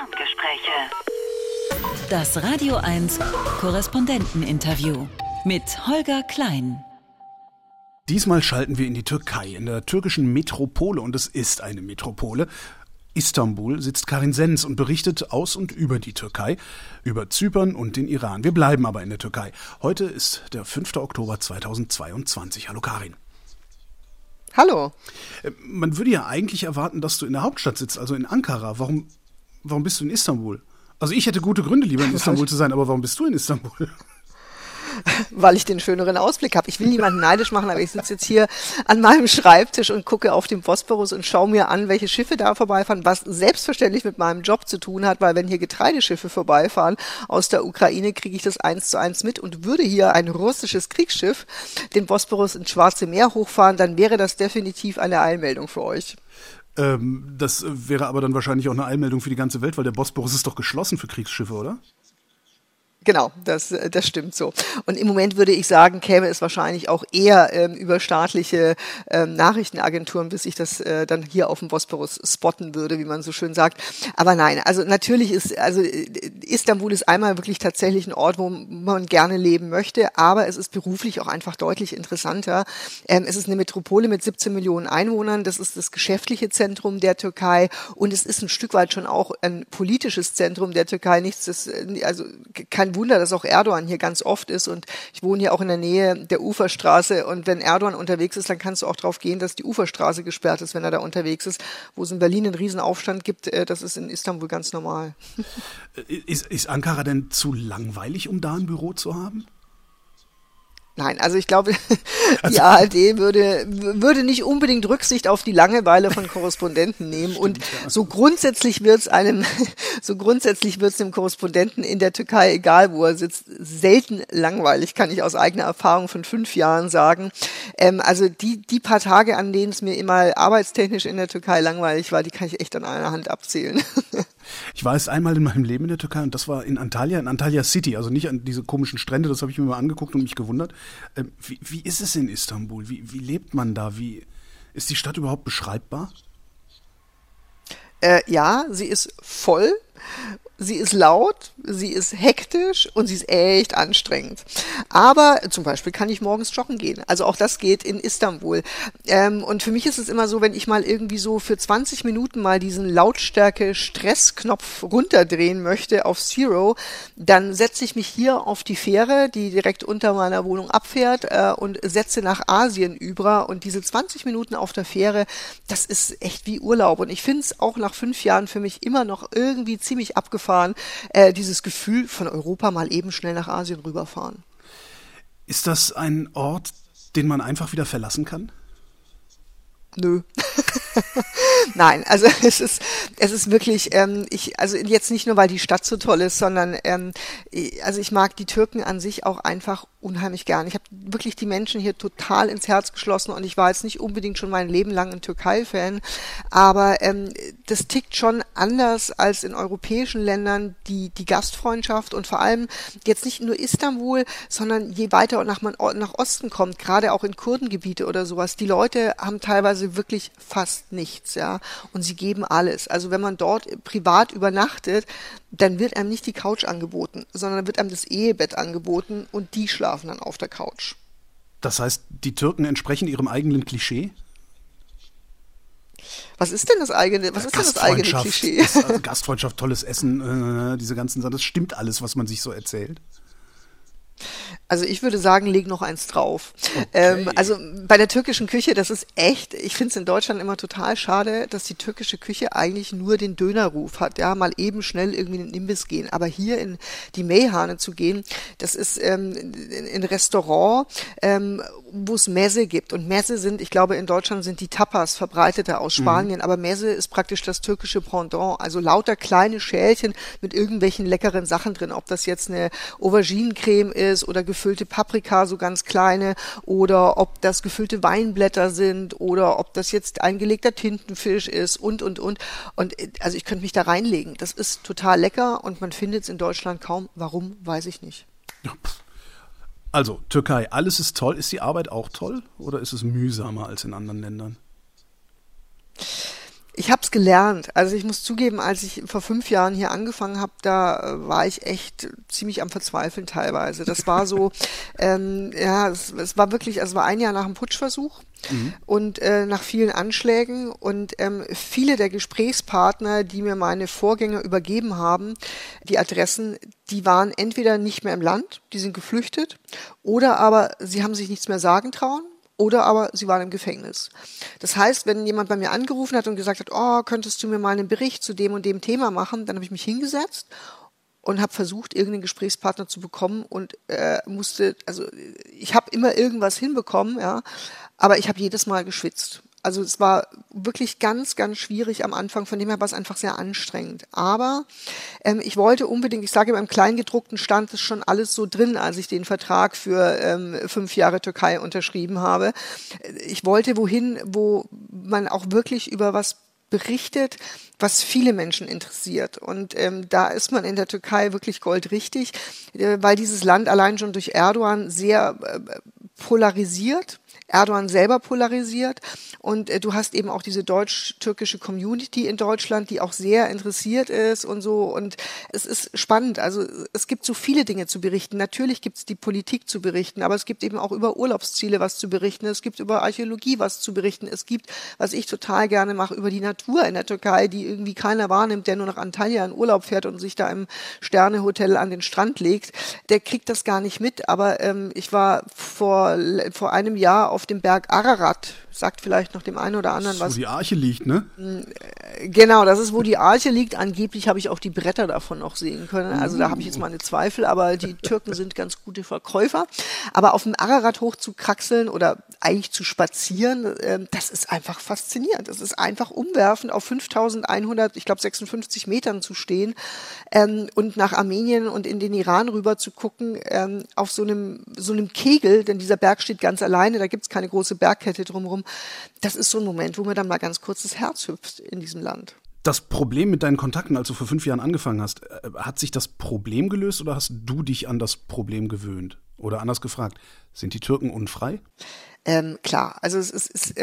Ferngespräche. Das Radio 1 Korrespondenteninterview mit Holger Klein. Diesmal schalten wir in die Türkei, in der türkischen Metropole, und es ist eine Metropole. Istanbul sitzt Karin Sens und berichtet aus und über die Türkei, über Zypern und den Iran. Wir bleiben aber in der Türkei. Heute ist der 5. Oktober 2022. Hallo Karin. Hallo. Man würde ja eigentlich erwarten, dass du in der Hauptstadt sitzt, also in Ankara. Warum bist du in Istanbul? Also ich hätte gute Gründe, lieber in Istanbul zu sein, aber warum bist du in Istanbul? Weil ich den schöneren Ausblick habe. Ich will niemanden neidisch machen, aber ich sitze jetzt hier an meinem Schreibtisch und gucke auf den Bosporus und schaue mir an, welche Schiffe da vorbeifahren, was selbstverständlich mit meinem Job zu tun hat, weil wenn hier Getreideschiffe vorbeifahren aus der Ukraine, kriege ich das 1:1 mit, und würde hier ein russisches Kriegsschiff den Bosporus ins Schwarze Meer hochfahren, dann wäre das definitiv eine Eilmeldung für euch. Das wäre aber dann wahrscheinlich auch eine Eilmeldung für die ganze Welt, weil der Bosporus ist doch geschlossen für Kriegsschiffe, oder? Genau, das stimmt so. Und im Moment würde ich sagen, käme es wahrscheinlich auch eher über staatliche Nachrichtenagenturen, bis ich das dann hier auf dem Bosporus spotten würde, wie man so schön sagt. Aber nein, also natürlich Istanbul ist einmal wirklich tatsächlich ein Ort, wo man gerne leben möchte, aber es ist beruflich auch einfach deutlich interessanter. Es ist eine Metropole mit 17 Millionen Einwohnern, das ist das geschäftliche Zentrum der Türkei, und es ist ein Stück weit schon auch ein politisches Zentrum der Türkei. Kein Wunder, dass auch Erdogan hier ganz oft ist, und ich wohne hier auch in der Nähe der Uferstraße, und wenn Erdogan unterwegs ist, dann kannst du auch darauf gehen, dass die Uferstraße gesperrt ist, wenn er da unterwegs ist. Wo es in Berlin einen Riesenaufstand gibt, das ist in Istanbul ganz normal. Ist Ankara denn zu langweilig, um da ein Büro zu haben? Nein, also ich glaube, die ARD würde nicht unbedingt Rücksicht auf die Langeweile von Korrespondenten nehmen. Stimmt, und ja. So grundsätzlich wird's dem Korrespondenten in der Türkei, egal wo er sitzt, selten langweilig, kann ich aus eigener Erfahrung von 5 Jahren sagen. Also die paar Tage, an denen es mir immer arbeitstechnisch in der Türkei langweilig war, die kann ich echt an einer Hand abzählen. Ich war erst einmal in meinem Leben in der Türkei, und das war in Antalya City, also nicht an diese komischen Strände, das habe ich mir mal angeguckt und mich gewundert. Wie ist es in Istanbul? Wie lebt man da? Ist die Stadt überhaupt beschreibbar? Ja, sie ist voll. Sie ist laut, sie ist hektisch und sie ist echt anstrengend. Aber zum Beispiel kann ich morgens joggen gehen. Also auch das geht in Istanbul. Und für mich ist es immer so, wenn ich mal irgendwie so für 20 Minuten mal diesen Lautstärke-Stressknopf runterdrehen möchte auf Zero, dann setze ich mich hier auf die Fähre, die direkt unter meiner Wohnung abfährt, und setze nach Asien über. Und diese 20 Minuten auf der Fähre, das ist echt wie Urlaub. Und ich finde es auch nach 5 Jahren für mich immer noch irgendwie ziemlich abgefahren, dieses Gefühl von Europa mal eben schnell nach Asien rüberfahren. Ist das ein Ort, den man einfach wieder verlassen kann? Nö. Nein, also es ist wirklich, also jetzt nicht nur, weil die Stadt so toll ist, sondern also ich mag die Türken an sich auch einfach unheimlich gern. Ich habe wirklich die Menschen hier total ins Herz geschlossen, und ich war jetzt nicht unbedingt schon mein Leben lang ein Türkei-Fan, aber das tickt schon anders als in europäischen Ländern, die Gastfreundschaft, und vor allem jetzt nicht nur Istanbul, sondern je weiter nach Osten kommt, gerade auch in Kurdengebiete oder sowas, die Leute haben teilweise wirklich fast nichts, ja, und sie geben alles. Also wenn man dort privat übernachtet, dann wird einem nicht die Couch angeboten, sondern wird einem das Ehebett angeboten, und die schlafen dann auf der Couch. Das heißt, die Türken entsprechen ihrem eigenen Klischee? Was ist denn das eigene Klischee? Also Gastfreundschaft, tolles Essen, diese ganzen Sachen, das stimmt alles, was man sich so erzählt. Also ich würde sagen, leg noch eins drauf. Okay. Also bei der türkischen Küche, das ist echt, ich finde es in Deutschland immer total schade, dass die türkische Küche eigentlich nur den Dönerruf hat, ja, mal eben schnell irgendwie in den Imbiss gehen. Aber hier in die Meyhane zu gehen, das ist ein Restaurant, wo es Meze gibt. Und Meze sind, ich glaube in Deutschland sind die Tapas verbreiteter aus Spanien, aber Meze ist praktisch das türkische Pendant. Also lauter kleine Schälchen mit irgendwelchen leckeren Sachen drin, ob das jetzt eine Auberginencreme ist oder gefüllte Paprika, so ganz kleine, oder ob das gefüllte Weinblätter sind oder ob das jetzt eingelegter Tintenfisch ist und. Und also ich könnte mich da reinlegen. Das ist total lecker, und man findet es in Deutschland kaum. Warum, weiß ich nicht. Ja. Also, Türkei, alles ist toll. Ist die Arbeit auch toll oder ist es mühsamer als in anderen Ländern? Ich habe es gelernt. Also ich muss zugeben, als ich vor 5 Jahren hier angefangen habe, da war ich echt ziemlich am Verzweifeln teilweise. Das war so, es war wirklich, also es war ein Jahr nach dem Putschversuch und nach vielen Anschlägen und viele der Gesprächspartner, die mir meine Vorgänger übergeben haben, die Adressen, die waren entweder nicht mehr im Land, die sind geflüchtet, oder aber sie haben sich nichts mehr sagen trauen. Oder aber sie waren im Gefängnis. Das heißt, wenn jemand bei mir angerufen hat und gesagt hat, oh, könntest du mir mal einen Bericht zu dem und dem Thema machen, dann habe ich mich hingesetzt und habe versucht, irgendeinen Gesprächspartner zu bekommen und ich habe immer irgendwas hinbekommen, ja, aber ich habe jedes Mal geschwitzt. Also es war wirklich ganz, ganz schwierig am Anfang, von dem her war es einfach sehr anstrengend. Aber ich wollte unbedingt, ich sage immer, im Kleingedruckten stand es schon alles so drin, als ich den Vertrag für 5 Jahre Türkei unterschrieben habe. Ich wollte wohin, wo man auch wirklich über was berichtet, was viele Menschen interessiert. Und da ist man in der Türkei wirklich goldrichtig, weil dieses Land allein schon durch Erdogan sehr polarisiert. Erdogan selber polarisiert und du hast eben auch diese deutsch-türkische Community in Deutschland, die auch sehr interessiert ist und so, und es ist spannend, also es gibt so viele Dinge zu berichten. Natürlich gibt es die Politik zu berichten, aber es gibt eben auch über Urlaubsziele was zu berichten, es gibt über Archäologie was zu berichten, es gibt, was ich total gerne mache, über die Natur in der Türkei, die irgendwie keiner wahrnimmt, der nur nach Antalya in Urlaub fährt und sich da im Sternehotel an den Strand legt, der kriegt das gar nicht mit, aber ich war vor einem Jahr auf dem Berg Ararat, sagt vielleicht noch dem einen oder anderen was. Wo die Arche liegt, ne? Genau, das ist, wo die Arche liegt. Angeblich habe ich auch die Bretter davon noch sehen können. Also da habe ich jetzt meine Zweifel, aber die Türken sind ganz gute Verkäufer. Aber auf dem Ararat hoch zu kraxeln oder eigentlich zu spazieren, das ist einfach faszinierend. Das ist einfach umwerfend, auf 5.100, ich glaube 56 Metern zu stehen und nach Armenien und in den Iran rüber zu gucken, auf so einem Kegel, denn dieser Berg steht ganz alleine, da gibt es keine große Bergkette drumherum. Das ist so ein Moment, wo mir dann mal ganz kurz das Herz hüpft in diesem Land. Das Problem mit deinen Kontakten, als du vor 5 Jahren angefangen hast, hat sich das Problem gelöst oder hast du dich an das Problem gewöhnt? Oder anders gefragt, sind die Türken unfrei? Klar, also es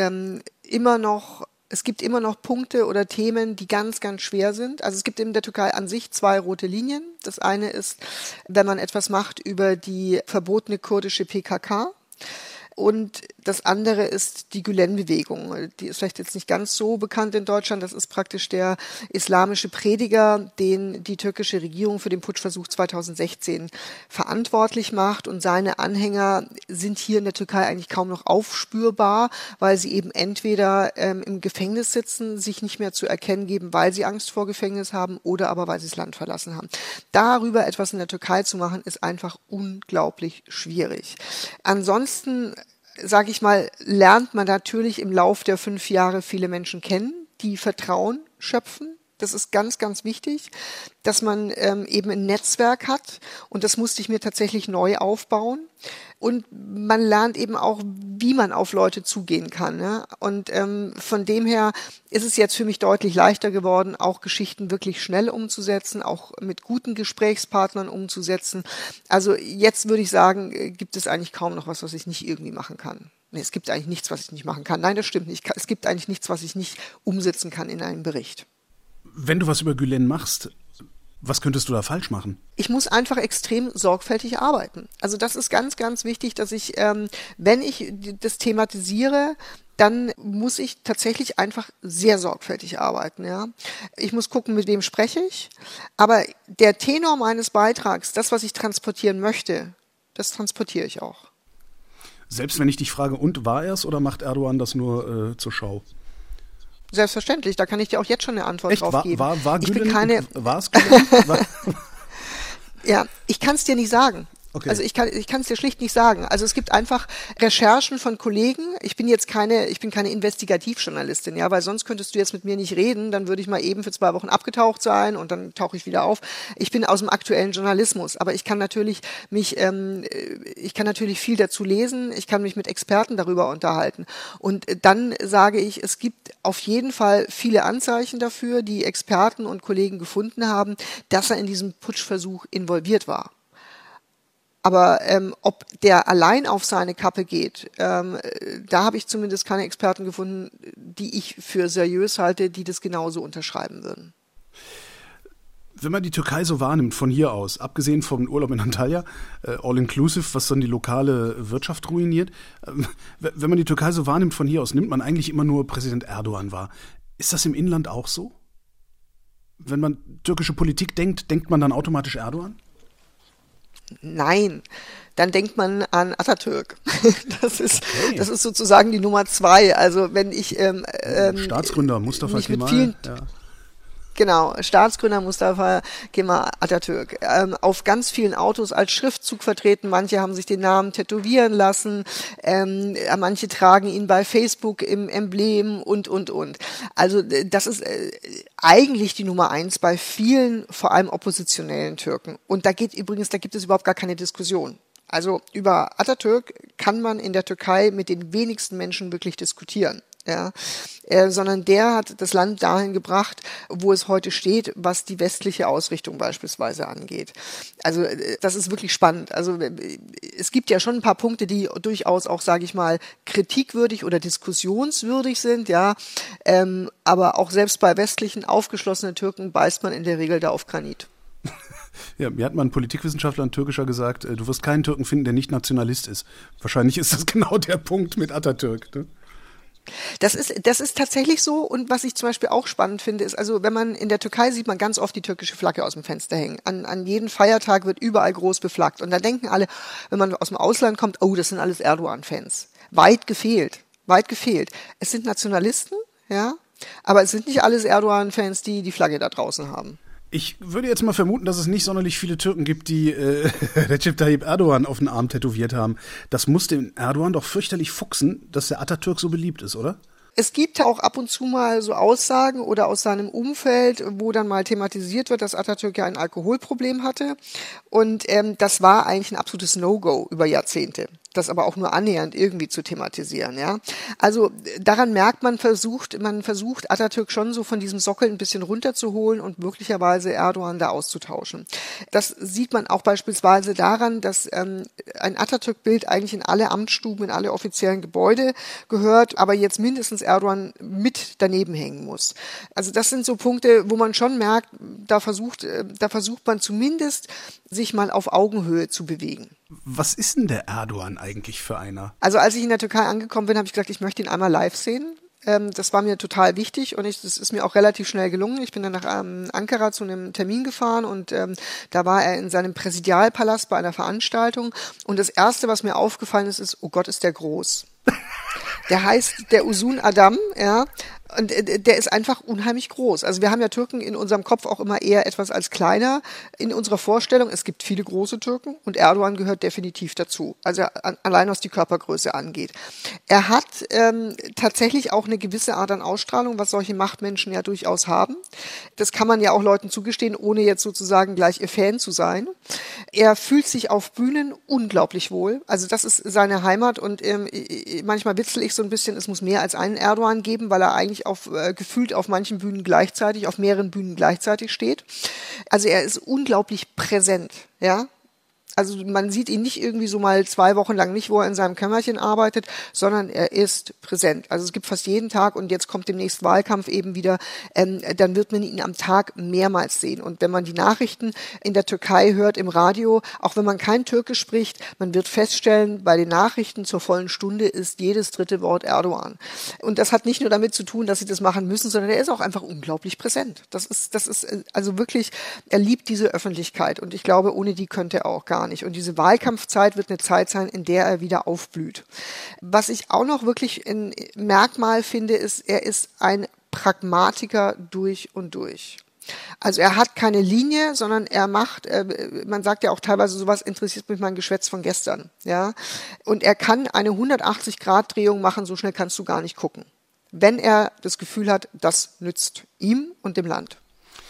gibt immer noch Punkte oder Themen, die ganz, ganz schwer sind. Also es gibt in der Türkei an sich 2 rote Linien. Das eine ist, wenn man etwas macht über die verbotene kurdische PKK. Und das andere ist die Gülen-Bewegung. Die ist vielleicht jetzt nicht ganz so bekannt in Deutschland. Das ist praktisch der islamische Prediger, den die türkische Regierung für den Putschversuch 2016 verantwortlich macht. Und seine Anhänger sind hier in der Türkei eigentlich kaum noch aufspürbar, weil sie eben entweder im Gefängnis sitzen, sich nicht mehr zu erkennen geben, weil sie Angst vor Gefängnis haben, oder aber weil sie das Land verlassen haben. Darüber etwas in der Türkei zu machen, ist einfach unglaublich schwierig. Ansonsten, sage ich mal, lernt man natürlich im Lauf der 5 Jahre viele Menschen kennen, die Vertrauen schöpfen. Das ist ganz, ganz wichtig, dass man eben ein Netzwerk hat, und das musste ich mir tatsächlich neu aufbauen. Und man lernt eben auch, wie man auf Leute zugehen kann. Ne? Und von dem her ist es jetzt für mich deutlich leichter geworden, auch Geschichten wirklich schnell umzusetzen, auch mit guten Gesprächspartnern umzusetzen. Also jetzt würde ich sagen, gibt es eigentlich kaum noch was ich nicht irgendwie machen kann. Nee, es gibt eigentlich nichts, was ich nicht machen kann. Nein, das stimmt nicht. Es gibt eigentlich nichts, was ich nicht umsetzen kann in einem Bericht. Wenn du was über Gülen machst, was könntest du da falsch machen? Ich muss einfach extrem sorgfältig arbeiten. Also das ist ganz, ganz wichtig, dass ich, wenn ich das thematisiere, dann muss ich tatsächlich einfach sehr sorgfältig arbeiten. Ja, ich muss gucken, mit wem spreche ich. Aber der Tenor meines Beitrags, das, was ich transportieren möchte, das transportiere ich auch. Selbst wenn ich dich frage, und war er es, oder macht Erdogan das nur zur Schau? Selbstverständlich, da kann ich dir auch jetzt schon eine Antwort drauf geben. War ich Gülen, bin keine. War es Gülen? Ja, ich kann es dir nicht sagen. Okay. Also ich kann es dir schlicht nicht sagen. Also es gibt einfach Recherchen von Kollegen. Ich bin keine Investigativjournalistin, ja, weil sonst könntest du jetzt mit mir nicht reden, dann würde ich mal eben für 2 Wochen abgetaucht sein und dann tauche ich wieder auf. Ich bin aus dem aktuellen Journalismus, aber ich kann natürlich viel dazu lesen, ich kann mich mit Experten darüber unterhalten. Und dann sage ich, es gibt auf jeden Fall viele Anzeichen dafür, die Experten und Kollegen gefunden haben, dass er in diesem Putschversuch involviert war. Aber ob der allein auf seine Kappe geht, da habe ich zumindest keine Experten gefunden, die ich für seriös halte, die das genauso unterschreiben würden. Wenn man die Türkei so wahrnimmt von hier aus, abgesehen vom Urlaub in Antalya, all-inclusive, was dann die lokale Wirtschaft ruiniert, wenn man die Türkei so wahrnimmt von hier aus, nimmt man eigentlich immer nur Präsident Erdogan wahr. Ist das im Inland auch so? Wenn man türkische Politik denkt, denkt man dann automatisch Erdogan? Nein, dann denkt man an Atatürk. Das ist sozusagen die Nummer 2. Also wenn ich Staatsgründer Mustafa Kemal. Genau, Staatsgründer Mustafa Kemal Atatürk. Auf ganz vielen Autos als Schriftzug vertreten. Manche haben sich den Namen tätowieren lassen. Manche tragen ihn bei Facebook im Emblem und. Also das ist eigentlich die Nummer 1 bei vielen, vor allem oppositionellen Türken. Und da gibt es überhaupt gar keine Diskussion. Also über Atatürk kann man in der Türkei mit den wenigsten Menschen wirklich diskutieren. Ja, sondern der hat das Land dahin gebracht, wo es heute steht, was die westliche Ausrichtung beispielsweise angeht. Also das ist wirklich spannend. Also es gibt ja schon ein paar Punkte, die durchaus auch, sage ich mal, kritikwürdig oder diskussionswürdig sind, ja. Aber auch selbst bei westlichen aufgeschlossenen Türken beißt man in der Regel da auf Granit. Ja, mir hat mal ein Politikwissenschaftler, ein Türkischer, gesagt, du wirst keinen Türken finden, der nicht Nationalist ist. Wahrscheinlich ist das genau der Punkt mit Atatürk, ne? Das ist tatsächlich so, und was ich zum Beispiel auch spannend finde, ist, also wenn man in der Türkei sieht man ganz oft die türkische Flagge aus dem Fenster hängen. An jedem Feiertag wird überall groß beflaggt, und da denken alle, wenn man aus dem Ausland kommt, oh, das sind alles Erdogan-Fans. Weit gefehlt. Es sind Nationalisten, ja, aber es sind nicht alles Erdogan-Fans, die die Flagge da draußen haben. Ich würde jetzt mal vermuten, dass es nicht sonderlich viele Türken gibt, die Recep Tayyip Erdogan auf den Arm tätowiert haben. Das muss den Erdogan doch fürchterlich fuchsen, dass der Atatürk so beliebt ist, oder? Es gibt auch ab und zu mal so Aussagen oder aus seinem Umfeld, wo dann mal thematisiert wird, dass Atatürk ja ein Alkoholproblem hatte. Und das war eigentlich ein absolutes No-Go über Jahrzehnte. Das aber auch nur annähernd irgendwie zu thematisieren, ja. Also daran merkt man versucht Atatürk schon so von diesem Sockel ein bisschen runterzuholen und möglicherweise Erdogan da auszutauschen. Das sieht man auch beispielsweise daran, dass ein Atatürk-Bild eigentlich in alle Amtsstuben, in alle offiziellen Gebäude gehört, aber jetzt mindestens Erdogan mit daneben hängen muss. Also das sind so Punkte, wo man schon merkt, da versucht man zumindest, sich mal auf Augenhöhe zu bewegen. Was ist denn der Erdogan eigentlich für einer? Also als ich in der Türkei angekommen bin, habe ich gesagt, ich möchte ihn einmal live sehen. Das war mir total wichtig, und das ist mir auch relativ schnell gelungen. Ich bin dann nach Ankara zu einem Termin gefahren, und da war er in seinem Präsidialpalast bei einer Veranstaltung, und das Erste, was mir aufgefallen ist, oh Gott, ist der groß. Der heißt der Uzun Adam, ja. Und der ist einfach unheimlich groß. Also wir haben ja Türken in unserem Kopf auch immer eher etwas als kleiner in unserer Vorstellung. Es gibt viele große Türken, und Erdogan gehört definitiv dazu. Also allein was die Körpergröße angeht. Er hat tatsächlich auch eine gewisse Art an Ausstrahlung, was solche Machtmenschen ja durchaus haben. Das kann man ja auch Leuten zugestehen, ohne jetzt sozusagen gleich ihr Fan zu sein. Er fühlt sich auf Bühnen unglaublich wohl. Also das ist seine Heimat, und manchmal witzel ich so ein bisschen, es muss mehr als einen Erdogan geben, weil er eigentlich gefühlt auf manchen Bühnen gleichzeitig, auf mehreren Bühnen gleichzeitig steht. Also er ist unglaublich präsent, ja. Also man sieht ihn nicht irgendwie so mal 2 Wochen lang nicht, wo er in seinem Kämmerchen arbeitet, sondern er ist präsent. Also es gibt fast jeden Tag, und jetzt kommt demnächst Wahlkampf eben wieder, dann wird man ihn am Tag mehrmals sehen. Und wenn man die Nachrichten in der Türkei hört im Radio, auch wenn man kein Türkisch spricht, man wird feststellen, bei den Nachrichten zur vollen Stunde ist jedes 3. Wort Erdogan. Und das hat nicht nur damit zu tun, dass sie das machen müssen, sondern er ist auch einfach unglaublich präsent. Das ist also wirklich, er liebt diese Öffentlichkeit, und ich glaube, ohne die könnte er auch gar nicht. Und diese Wahlkampfzeit wird eine Zeit sein, in der er wieder aufblüht. Was ich auch noch wirklich ein Merkmal finde, ist, er ist ein Pragmatiker durch und durch. Also er hat keine Linie, sondern er macht, man sagt ja auch teilweise sowas, interessiert mich mein Geschwätz von gestern, ja. Und er kann eine 180-Grad-Drehung machen, so schnell kannst du gar nicht gucken. Wenn er das Gefühl hat, das nützt ihm und dem Land.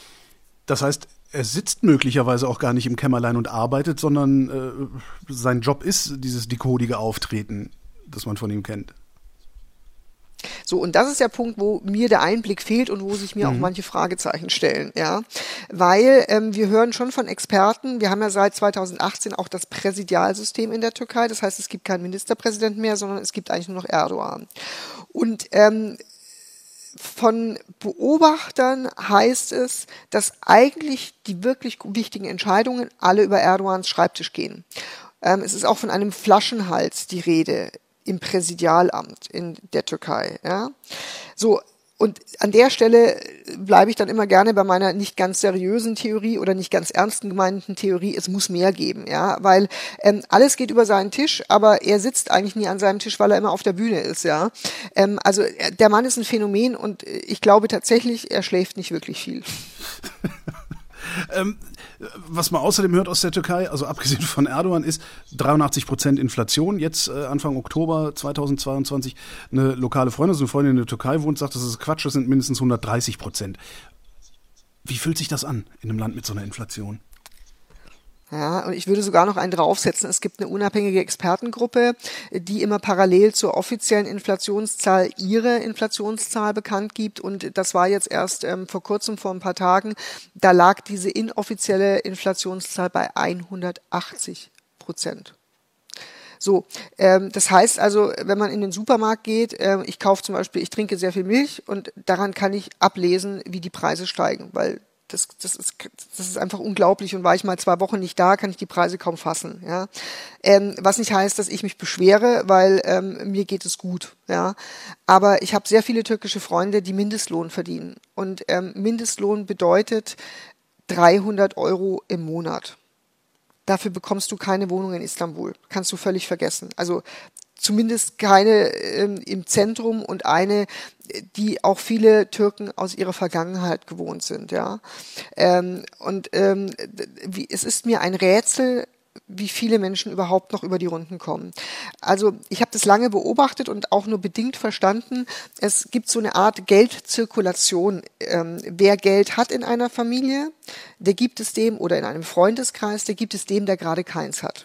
Das heißt, er sitzt möglicherweise auch gar nicht im Kämmerlein und arbeitet, sondern sein Job ist dieses dikodige Auftreten, das man von ihm kennt. So, und das ist der Punkt, wo mir der Einblick fehlt und wo sich mir auch manche Fragezeichen stellen, ja. Weil wir hören schon von Experten, wir haben ja seit 2018 auch das Präsidialsystem in der Türkei, das heißt, es gibt keinen Ministerpräsidenten mehr, sondern es gibt eigentlich nur noch Erdogan. Und von Beobachtern heißt es, dass eigentlich die wirklich wichtigen Entscheidungen alle über Erdogans Schreibtisch gehen. Es ist auch von einem Flaschenhals die Rede im Präsidialamt in der Türkei. Ja. So, und an der Stelle bleibe ich dann immer gerne bei meiner nicht ganz seriösen Theorie oder nicht ganz ernsten gemeinten Theorie, es muss mehr geben, ja, weil alles geht über seinen Tisch, aber er sitzt eigentlich nie an seinem Tisch, weil er immer auf der Bühne ist, ja. Also der Mann ist ein Phänomen und ich glaube tatsächlich, er schläft nicht wirklich viel. Was man außerdem hört aus der Türkei, also abgesehen von Erdogan, ist 83% Inflation. Jetzt Anfang Oktober 2022 eine lokale Freundin, also eine Freundin in der Türkei wohnt, sagt, das ist Quatsch, das sind mindestens 130%. Wie fühlt sich das an in einem Land mit so einer Inflation? Ja, und ich würde sogar noch einen draufsetzen. Es gibt eine unabhängige Expertengruppe, die immer parallel zur offiziellen Inflationszahl ihre Inflationszahl bekannt gibt. Und das war jetzt erst vor kurzem, vor ein paar Tagen, da lag diese inoffizielle Inflationszahl bei 180%. So, das heißt also, wenn man in den Supermarkt geht, ich kaufe zum Beispiel, ich trinke sehr viel Milch und daran kann ich ablesen, wie die Preise steigen, weil das ist einfach unglaublich und war ich mal 2 Wochen nicht da, kann ich die Preise kaum fassen. Ja, was nicht heißt, dass ich mich beschwere, weil mir geht es gut. Ja, aber ich habe sehr viele türkische Freunde, die Mindestlohn verdienen und Mindestlohn bedeutet 300 € im Monat. Dafür bekommst du keine Wohnung in Istanbul, kannst du völlig vergessen. Also zumindest keine im Zentrum und eine, die auch viele Türken aus ihrer Vergangenheit gewohnt sind, ja. Es ist mir ein Rätsel, wie viele Menschen überhaupt noch über die Runden kommen. Also ich habe das lange beobachtet und auch nur bedingt verstanden. Es gibt so eine Art Geldzirkulation. Wer Geld hat in einer Familie, der gibt es dem, oder in einem Freundeskreis, der gibt es dem, der gerade keins hat.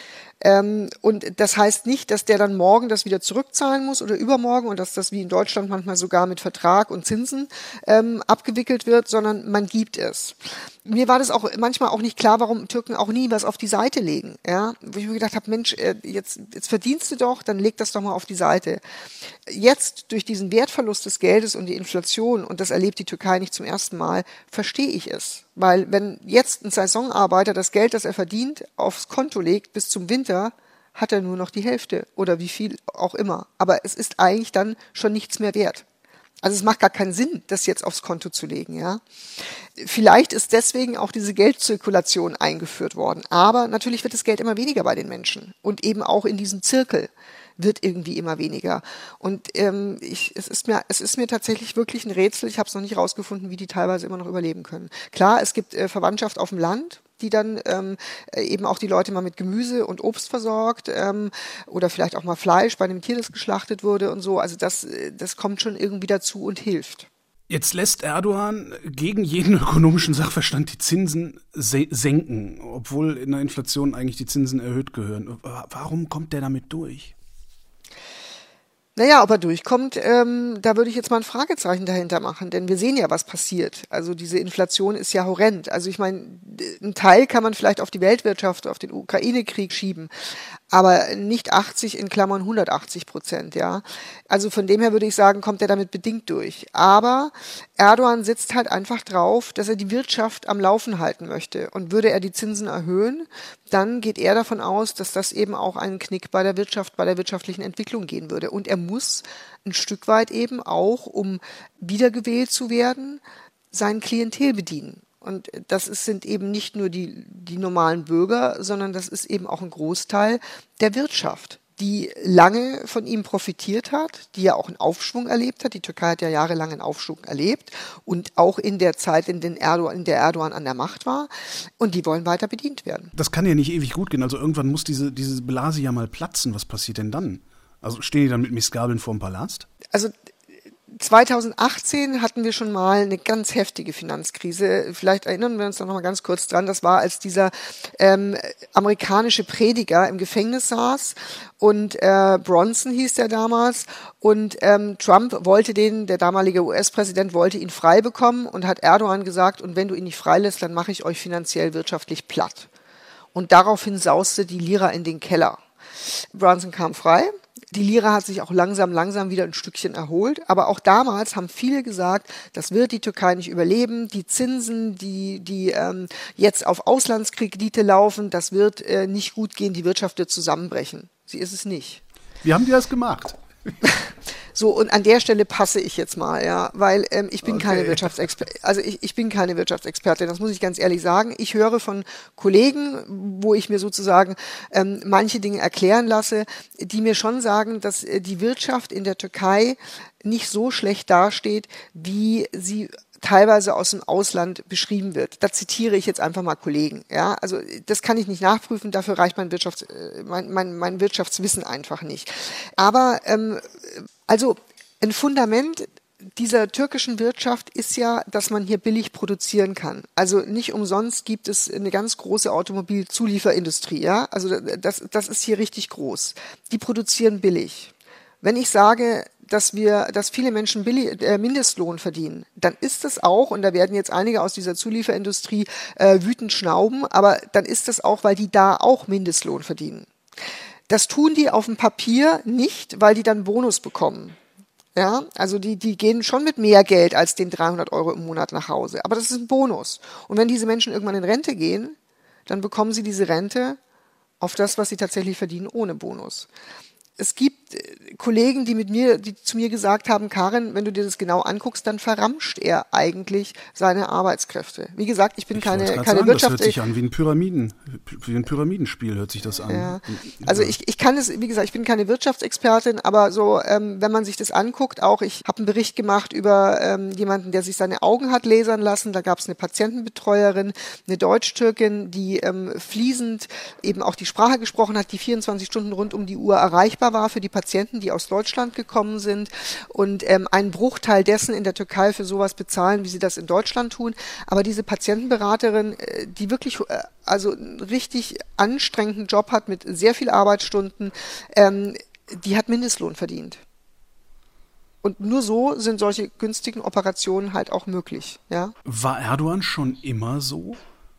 Und das heißt nicht, dass der dann morgen das wieder zurückzahlen muss oder übermorgen und dass das wie in Deutschland manchmal sogar mit Vertrag und Zinsen abgewickelt wird, sondern man gibt es. Mir war das auch manchmal auch nicht klar, warum Türken auch nie was auf die Seite legen. Ja, wo ich mir gedacht habe, Mensch, jetzt verdienst du doch, dann leg das doch mal auf die Seite. Jetzt durch diesen Wertverlust des Geldes und die Inflation, und das erlebt die Türkei nicht zum ersten Mal, verstehe ich es. Weil wenn jetzt ein Saisonarbeiter das Geld, das er verdient, aufs Konto legt bis zum Winter, hat er nur noch die Hälfte oder wie viel auch immer. Aber es ist eigentlich dann schon nichts mehr wert. Also es macht gar keinen Sinn, das jetzt aufs Konto zu legen, ja. Vielleicht ist deswegen auch diese Geldzirkulation eingeführt worden. Aber natürlich wird das Geld immer weniger bei den Menschen. Und eben auch in diesem Zirkel wird irgendwie immer weniger. Und es ist mir tatsächlich wirklich ein Rätsel. Ich habe es noch nicht rausgefunden, wie die teilweise immer noch überleben können. Klar, es gibt Verwandtschaft auf dem Land, die dann eben auch die Leute mal mit Gemüse und Obst versorgt oder vielleicht auch mal Fleisch bei einem Tier, das geschlachtet wurde und so. Also das kommt schon irgendwie dazu und hilft. Jetzt lässt Erdogan gegen jeden ökonomischen Sachverstand die Zinsen senken, obwohl in der Inflation eigentlich die Zinsen erhöht gehören. Warum kommt der damit durch? Naja, ob er durchkommt, da würde ich jetzt mal ein Fragezeichen dahinter machen, denn wir sehen ja, was passiert. Also diese Inflation ist ja horrend. Also ich meine, einen Teil kann man vielleicht auf die Weltwirtschaft, auf den Ukraine-Krieg schieben, aber nicht 80 in Klammern 180%, ja. Also von dem her würde ich sagen, kommt er damit bedingt durch. Aber Erdogan sitzt halt einfach drauf, dass er die Wirtschaft am Laufen halten möchte. Und würde er die Zinsen erhöhen, dann geht er davon aus, dass das eben auch einen Knick bei der Wirtschaft, bei der wirtschaftlichen Entwicklung gehen würde. Und er muss ein Stück weit eben auch, um wiedergewählt zu werden, sein Klientel bedienen. Und sind eben nicht nur die normalen Bürger, sondern das ist eben auch ein Großteil der Wirtschaft, die lange von ihm profitiert hat, die ja auch einen Aufschwung erlebt hat. Die Türkei hat ja jahrelang einen Aufschwung erlebt und auch in der Zeit, in der Erdogan an der Macht war. Und die wollen weiter bedient werden. Das kann ja nicht ewig gut gehen. Also irgendwann muss diese Blase ja mal platzen. Was passiert denn dann? Also stehen die dann mit Mistgabeln vorm Palast? Also 2018 hatten wir schon mal eine ganz heftige Finanzkrise. Vielleicht erinnern wir uns da noch mal ganz kurz dran. Das war, als dieser amerikanische Prediger im Gefängnis saß und Bronson hieß der damals und Trump wollte der damalige US-Präsident wollte ihn frei bekommen und hat Erdogan gesagt, und wenn du ihn nicht freilässt, dann mache ich euch finanziell wirtschaftlich platt. Und daraufhin sauste die Lira in den Keller. Bronson kam frei. Die Lira hat sich auch langsam wieder ein Stückchen erholt. Aber auch damals haben viele gesagt, das wird die Türkei nicht überleben. Die Zinsen, die jetzt auf Auslandskredite laufen, das wird nicht gut gehen. Die Wirtschaft wird zusammenbrechen. Sie ist es nicht. Wie haben die das gemacht? So, und an der Stelle passe ich jetzt mal, ja, weil ich bin keine Wirtschaftsexpertin, also ich bin keine Wirtschaftsexpertin, das muss ich ganz ehrlich sagen. Ich höre von Kollegen, wo ich mir sozusagen manche Dinge erklären lasse, die mir schon sagen, dass die Wirtschaft in der Türkei nicht so schlecht dasteht, wie sie teilweise aus dem Ausland beschrieben wird. Da zitiere ich jetzt einfach mal Kollegen. Ja, also das kann ich nicht nachprüfen. Dafür reicht mein Wirtschaftswissen einfach nicht. Aber also ein Fundament dieser türkischen Wirtschaft ist ja, dass man hier billig produzieren kann. Also nicht umsonst gibt es eine ganz große Automobilzulieferindustrie. Ja, also das ist hier richtig groß. Die produzieren billig. Wenn ich sage, dass viele Menschen Mindestlohn verdienen, dann ist das auch, und da werden jetzt einige aus dieser Zulieferindustrie wütend schnauben, aber dann ist das auch, weil die da auch Mindestlohn verdienen. Das tun die auf dem Papier nicht, weil die dann Bonus bekommen. Ja, also die gehen schon mit mehr Geld als den 300 € im Monat nach Hause. Aber das ist ein Bonus. Und wenn diese Menschen irgendwann in Rente gehen, dann bekommen sie diese Rente auf das, was sie tatsächlich verdienen, ohne Bonus. Es gibt Kollegen, die zu mir gesagt haben, Karin, wenn du dir das genau anguckst, dann verramscht er eigentlich seine Arbeitskräfte. Wie gesagt, ich bin keine Wirtschaft. Das hört sich an wie ein Pyramidenspiel hört sich das an. Ja. Also ich kann es, wie gesagt, ich bin keine Wirtschaftsexpertin, aber so, wenn man sich das anguckt, auch ich habe einen Bericht gemacht über jemanden, der sich seine Augen hat lasern lassen. Da gab es eine Patientenbetreuerin, eine Deutsch-Türkin, die fließend eben auch die Sprache gesprochen hat, die 24 Stunden rund um die Uhr erreichbar war für die Patienten, die aus Deutschland gekommen sind und einen Bruchteil dessen in der Türkei für sowas bezahlen, wie sie das in Deutschland tun. Aber diese Patientenberaterin, die wirklich also einen richtig anstrengenden Job hat mit sehr viel Arbeitsstunden, die hat Mindestlohn verdient. Und nur so sind solche günstigen Operationen halt auch möglich. Ja? War Erdogan schon immer so?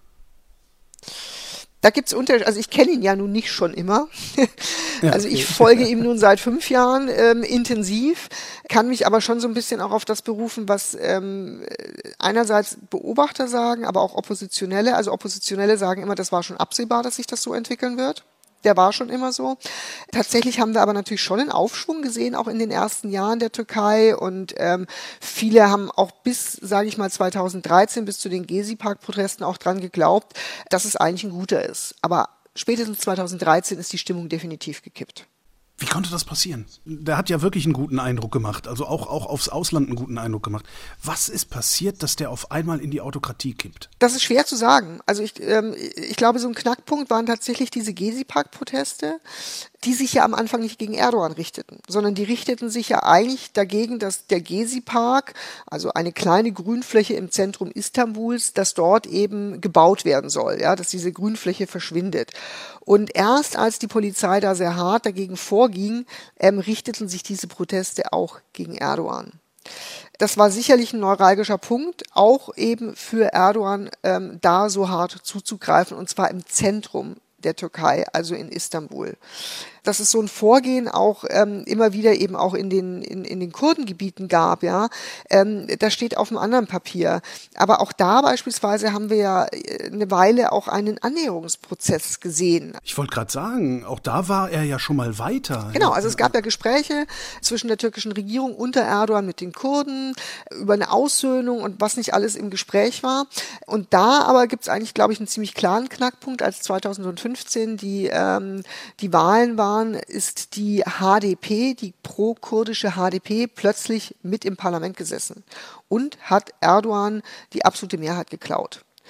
Da gibt's Unterschiede, also ich kenne ihn ja nun nicht schon immer. Ja, also ich folge ihm nun seit 5 Jahren intensiv, kann mich aber schon so ein bisschen auch auf das berufen, was einerseits Beobachter sagen, aber auch Oppositionelle. Also Oppositionelle sagen immer, das war schon absehbar, dass sich das so entwickeln wird. Der war schon immer so. Tatsächlich haben wir aber natürlich schon einen Aufschwung gesehen, auch in den ersten Jahren der Türkei. Und viele haben auch bis, sage ich mal, 2013, bis zu den Gezi-Park-Protesten auch dran geglaubt, dass es eigentlich ein guter ist. Aber spätestens 2013 ist die Stimmung definitiv gekippt. Wie konnte das passieren? Der hat ja wirklich einen guten Eindruck gemacht, also auch aufs Ausland einen guten Eindruck gemacht. Was ist passiert, dass der auf einmal in die Autokratie kippt? Das ist schwer zu sagen. Also ich glaube, so ein Knackpunkt waren tatsächlich diese Gezi-Park-Proteste, die sich ja am Anfang nicht gegen Erdogan richteten, sondern die richteten sich ja eigentlich dagegen, dass der Gezi-Park, also eine kleine Grünfläche im Zentrum Istanbuls, dass dort eben gebaut werden soll, ja, dass diese Grünfläche verschwindet. Und erst als die Polizei da sehr hart dagegen vorging, richteten sich diese Proteste auch gegen Erdogan. Das war sicherlich ein neuralgischer Punkt, auch eben für Erdogan, da so hart zuzugreifen, und zwar im Zentrum der Türkei, also in Istanbul. Dass es so ein Vorgehen auch immer wieder eben auch in den Kurdengebieten gab, ja, das steht auf einem anderen Papier. Aber auch da beispielsweise haben wir ja eine Weile auch einen Annäherungsprozess gesehen. Ich wollte gerade sagen, auch da war er ja schon mal weiter. Genau, also es gab ja Gespräche zwischen der türkischen Regierung unter Erdogan mit den Kurden über eine Aussöhnung und was nicht alles im Gespräch war. Und da aber gibt es eigentlich, glaube ich, einen ziemlich klaren Knackpunkt, als 2015 die Wahlen waren, ist die HDP, die pro-kurdische HDP, plötzlich mit im Parlament gesessen und hat Erdogan die absolute Mehrheit geklaut.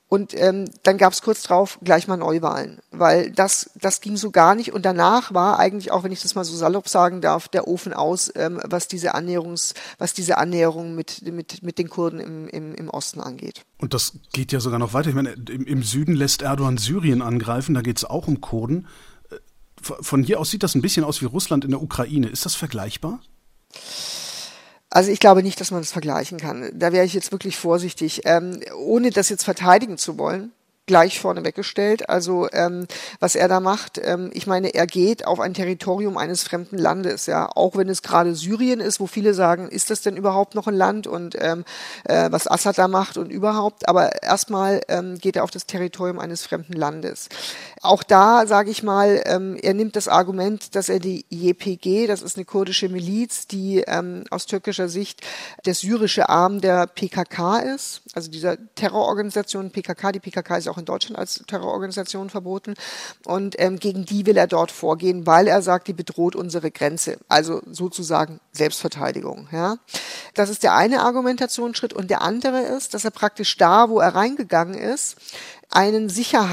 Und dann gab es kurz drauf gleich mal Neuwahlen, weil das ging so gar nicht. Und danach war eigentlich auch, wenn ich das mal so salopp sagen darf, der Ofen aus, was diese Annäherung mit den Kurden im Osten angeht. Und das geht ja sogar noch weiter. Ich meine, im Süden lässt Erdogan Syrien angreifen, da geht es auch um Kurden. Von hier aus sieht das ein bisschen aus wie Russland in der Ukraine. Ist das vergleichbar? Also ich glaube nicht, dass man das vergleichen kann. Da wäre ich jetzt wirklich vorsichtig, ohne das jetzt verteidigen zu wollen. Gleich vorne weggestellt. Also was er da macht, ich meine, er geht auf ein Territorium eines fremden Landes, ja, auch wenn es gerade Syrien ist, wo viele sagen, ist das denn überhaupt noch ein Land und was Assad da macht und überhaupt, aber erstmal geht er auf das Territorium eines fremden Landes. Auch da, sage ich mal, er nimmt das Argument, dass er die YPG, das ist eine kurdische Miliz, die aus türkischer Sicht der syrische Arm der PKK ist, also dieser Terrororganisation PKK, die PKK ist auch in Deutschland als Terrororganisation verboten und gegen die will er dort vorgehen, weil er sagt, die bedroht unsere Grenze, also sozusagen Selbstverteidigung. Ja. Das ist der eine Argumentationsschritt und der andere ist, dass er praktisch da, wo er reingegangen ist, einen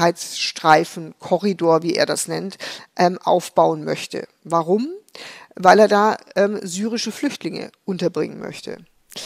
Sicherheitsstreifenkorridor, wie er das nennt, aufbauen möchte. Warum? Weil er da syrische Flüchtlinge unterbringen möchte.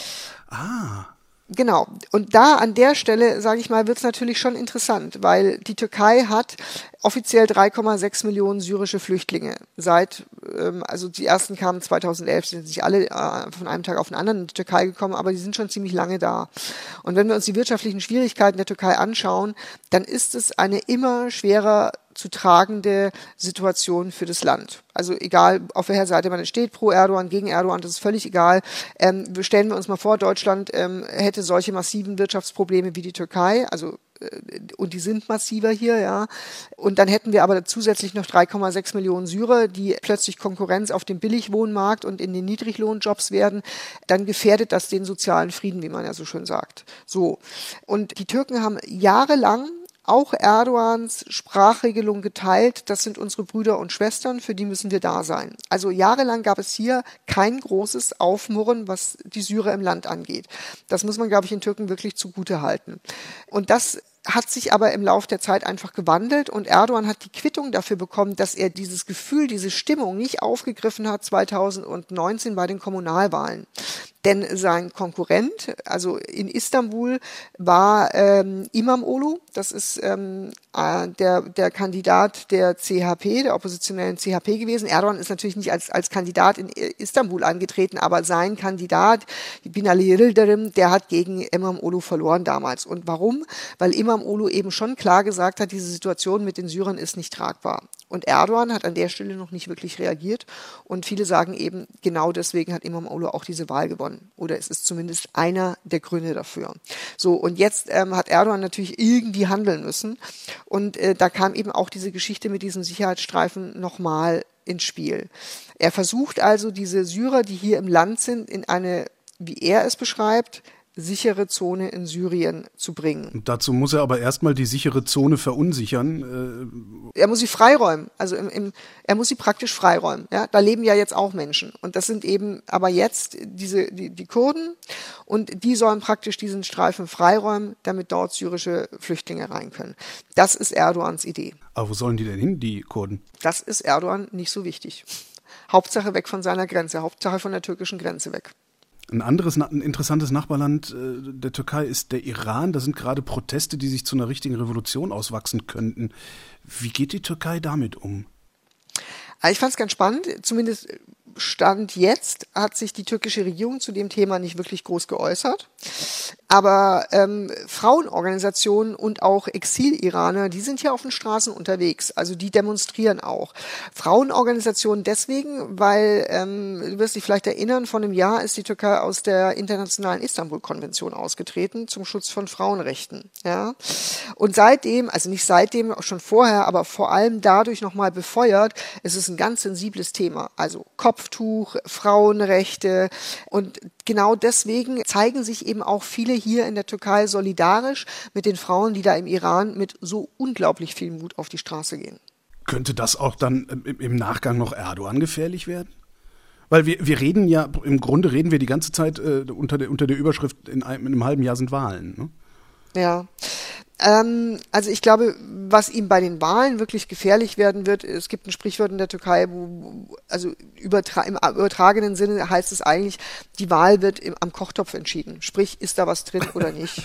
Ah. Genau. Und da an der Stelle, sage ich mal, wird es natürlich schon interessant, weil die Türkei hat offiziell 3,6 Millionen syrische Flüchtlinge seit, also die ersten kamen 2011, sind nicht alle von einem Tag auf den anderen in die Türkei gekommen, aber die sind schon ziemlich lange da. Und wenn wir uns die wirtschaftlichen Schwierigkeiten der Türkei anschauen, dann ist es eine immer schwerer zu tragende Situation für das Land. Also egal, auf welcher Seite man steht, pro Erdogan, gegen Erdogan, das ist völlig egal. Stellen wir uns mal vor, Deutschland hätte solche massiven Wirtschaftsprobleme wie die Türkei, also und die sind massiver hier, ja. Und dann hätten wir aber zusätzlich noch 3,6 Millionen Syrer, die plötzlich Konkurrenz auf dem Billigwohnmarkt und in den Niedriglohnjobs werden. Dann gefährdet das den sozialen Frieden, wie man ja so schön sagt. So. Und die Türken haben jahrelang auch Erdogans Sprachregelung geteilt, das sind unsere Brüder und Schwestern, für die müssen wir da sein. Also jahrelang gab es hier kein großes Aufmurren, was die Syrer im Land angeht. Das muss man, glaube ich, den Türken wirklich zugute halten. Und das hat sich aber im Laufe der Zeit einfach gewandelt und Erdogan hat die Quittung dafür bekommen, dass er dieses Gefühl, diese Stimmung nicht aufgegriffen hat 2019 bei den Kommunalwahlen. Denn sein Konkurrent, also in Istanbul, war İmamoğlu, das ist der Kandidat der CHP, der oppositionellen CHP gewesen. Erdogan ist natürlich nicht als Kandidat in Istanbul angetreten, aber sein Kandidat, Binali Yildirim, der hat gegen İmamoğlu verloren damals. Und warum? Weil İmamoğlu eben schon klar gesagt hat, diese Situation mit den Syrern ist nicht tragbar. Und Erdogan hat an der Stelle noch nicht wirklich reagiert. Und viele sagen eben, genau deswegen hat İmamoğlu auch diese Wahl gewonnen. Oder es ist zumindest einer der Gründe dafür. So, und jetzt hat Erdogan natürlich irgendwie handeln müssen. Und da kam eben auch diese Geschichte mit diesem Sicherheitsstreifen nochmal ins Spiel. Er versucht also, diese Syrer, die hier im Land sind, in eine, wie er es beschreibt, sichere Zone in Syrien zu bringen. Und dazu muss er aber erstmal die sichere Zone verunsichern. Er muss sie freiräumen, also er muss sie praktisch freiräumen. Ja? Da leben ja jetzt auch Menschen und das sind eben aber jetzt die Kurden und die sollen praktisch diesen Streifen freiräumen, damit dort syrische Flüchtlinge rein können. Das ist Erdogans Idee. Aber wo sollen die denn hin, die Kurden? Das ist Erdogan nicht so wichtig. Hauptsache weg von seiner Grenze, Hauptsache von der türkischen Grenze weg. Ein interessantes Nachbarland der Türkei ist der Iran. Da sind gerade Proteste, die sich zu einer richtigen Revolution auswachsen könnten. Wie geht die Türkei damit um? Ich fand es ganz spannend, zumindest Stand jetzt hat sich die türkische Regierung zu dem Thema nicht wirklich groß geäußert. Aber Frauenorganisationen und auch Exil-Iraner, die sind hier auf den Straßen unterwegs. Also die demonstrieren auch. Frauenorganisationen deswegen, weil, du wirst dich vielleicht erinnern, vor einem Jahr ist die Türkei aus der internationalen Istanbul-Konvention ausgetreten zum Schutz von Frauenrechten. Ja? Und seitdem, also nicht seitdem, auch schon vorher, aber vor allem dadurch nochmal befeuert, es ist ein ganz sensibles Thema. Also Kopftuch, Frauenrechte und genau deswegen zeigen sich eben auch viele hier in der Türkei solidarisch mit den Frauen, die da im Iran mit so unglaublich viel Mut auf die Straße gehen. Könnte das auch dann im Nachgang noch Erdogan gefährlich werden? Weil wir reden ja, im Grunde reden wir die ganze Zeit unter der Überschrift, in einem halben Jahr sind Wahlen. Ne? Ja, Also ich glaube, was ihm bei den Wahlen wirklich gefährlich werden wird, es gibt ein Sprichwort in der Türkei, also im übertragenen Sinne heißt es eigentlich, die Wahl wird am Kochtopf entschieden. Sprich, ist da was drin oder nicht?